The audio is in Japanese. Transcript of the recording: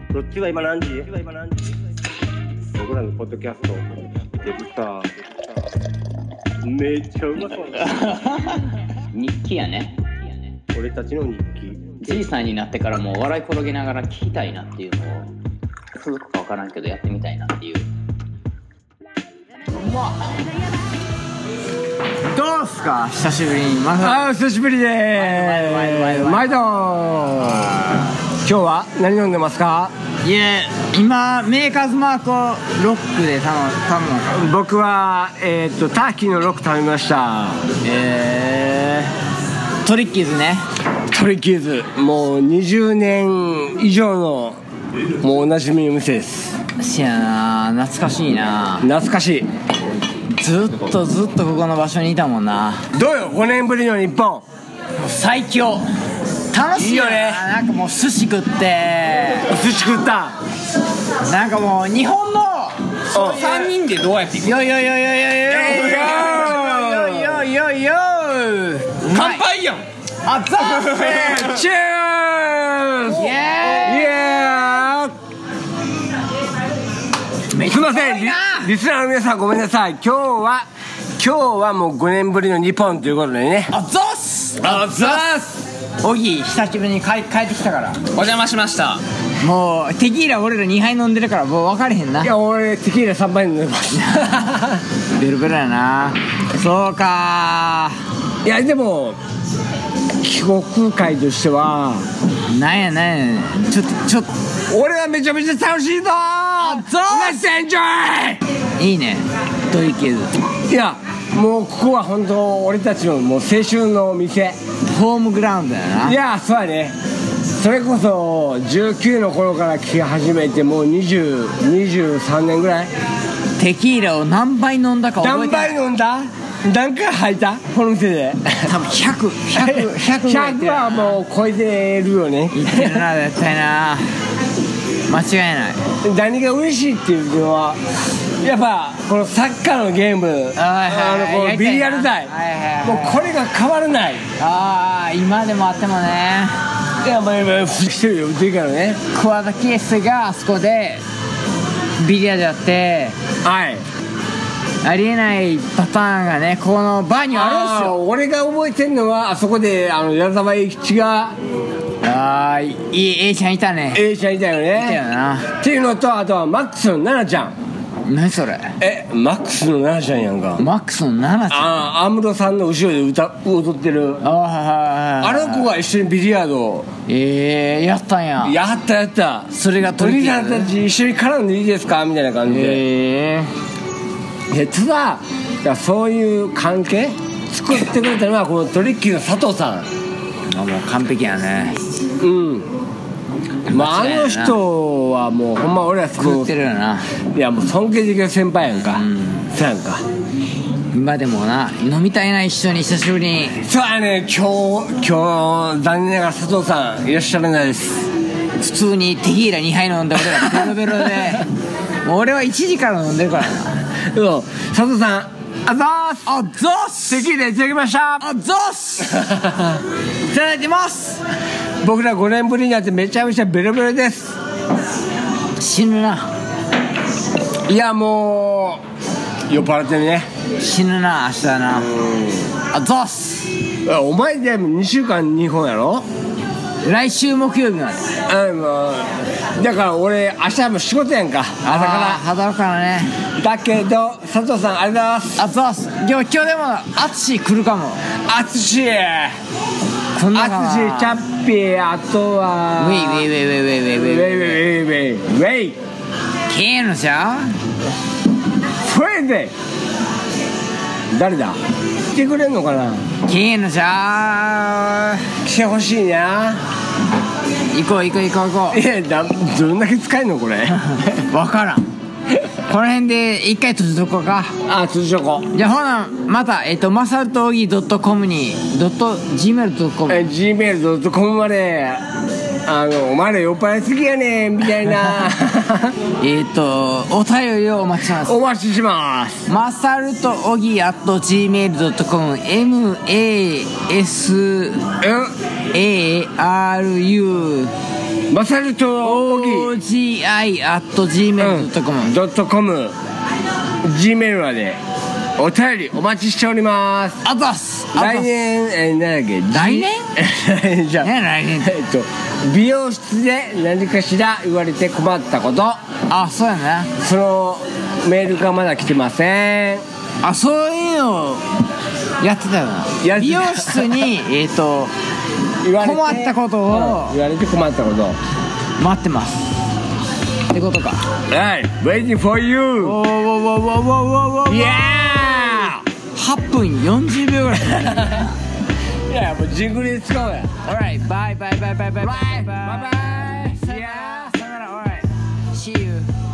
どっちは今何時？僕らのポッドキャストデブタめっちゃうまそう日記やね。 俺たちの日記。 じいさんになってからも笑い転げながら聞きたいなっていうのを続くか分からんけどやってみたいなっていう。 どうすか久しぶりに。 久しぶりでーす。毎度。今日は何飲んでますか？ いえ、今メーカーズマークをロックで頼むのか。 僕はターキーのロック食べました。 トリッキーズね。 トリッキーズもう20年以上のもうおなじみの店です。 しやな、懐かしいな。 懐かしい。 ずっとここの場所にいたもんな。 どうよ5年ぶりの日本。 最強。楽しいよね。なんかもう寿司食って寿司食った。 なんかもう日本の 3人でどうやって行く？ よ乾杯やん。 あざっせチェーズ。イエーイ。すいません、リスナーの皆さんごめんなさい。今日はもう5年ぶりの日本ということでね。 あざっす。オギ久しぶりに帰ってきたから。 お邪魔しました。 もうテキーラ俺ら2杯飲んでるからもう分かれへんな。 いや俺テキーラ3杯飲んでますベルベルやな。そうか。 いやでも帰国会としてはなんやちょっと俺はめちゃめちゃ楽しいぞー。Let's enjoy。 いいねトリッキーズ。 いやもうここは本当俺たちのもう青春の店、 ホームグラウンドやな。 いやそうやね。それこそ19の頃から聴き始めてもう23年ぐらい。 テキーラを何杯飲んだか覚えてない。 何杯飲んだ？何回吐いた？この店で多分100 はもう超えてるよね。 いってるな絶対な。間違いない。 何が嬉しいっていうのはやっぱこのサッカーのゲーム、このビリヤル台、もうこれが変わらない。 今でもあってもね。 いや今してるよっていうからね。 桑田佳祐があそこでビリヤルやって、 はいありえないパターンがねこのバーにはあるんすよ。 俺が覚えてんのはあそこで矢沢永吉がいい A ちゃんいたね。 A ちゃんいたよね。 いたよなっていうのと、あとはマックスの奈々ちゃん。 何それ？ マックスの奈々ちゃんやんか。 マックスの奈々ちゃん。 安室さんの後ろで踊ってるあの子が一緒にビリヤードをやったんや。 やったそれがトリッキーズ。お兄さんたち一緒に絡んでいいですかみたいな感じで。ただそういう関係作ってくれたのはこのトリッキーの佐藤さん。 もう完璧やね。 あの人はもうほんま俺ら作ってるよな。 いやもう尊敬できる先輩やんか。そうやんか。 今でもな飲みたいな一緒に久しぶりに。 そうやね。今日残念ながら佐藤さんいらっしゃらないです。 普通にテキーラ2杯飲んで俺らベロベロでもう俺は1時から飲んでるからな。 佐藤さんあざーす。テキーラいただきました。 あざーすいただいてます。 僕ら5年ぶりになってめちゃめちゃベロベロです。 死ぬな。 いやもう酔っ払ってるね。 死ぬな明日な。あざーす。 お前でも2週間日本やろ。 来週木曜日まで。 だから俺明日も仕事やんか。朝から働くからね。 だけど佐藤さんありがとうございます。 あざーす。今日でも淳来るかも。 淳チャッピー。あとはウェイケーのじゃフレーデ誰だ来てくれんのかな。 ケーのじゃ来てほしいな。 行こう。 いやどんだけ使えんのこれ分からんこの辺で一回閉じとこうか。 閉じとこう。 じゃあほなまたマサルとオギ.com に.gmail.com gmail.com までお前ら酔っ払いすぎやねんみたいなお便りをお待ちします。 お待ちします。 マサルとオギ.gmail.com MASARU マサルとオギ OGI@gmail.com .com、Gmail までお便りお待ちしております。 あざっす。 来年なんだっけ、 来年じゃあ来年美容室で何かしら言われて困ったこと、 あ、そうやな。 そのメールがまだ来てません。 あ、そういうのやってたよな。 やってた美容室に言われて困ったことを言われて困ったこと待ってますってことか。 はい、waiting for you。 おーいや 8分40秒ぐらい。 いやもうジングルで使おうや。 Alright, bye bye bye bye bye bye bye Bye bye. See ya. さよなら。Alright, see you.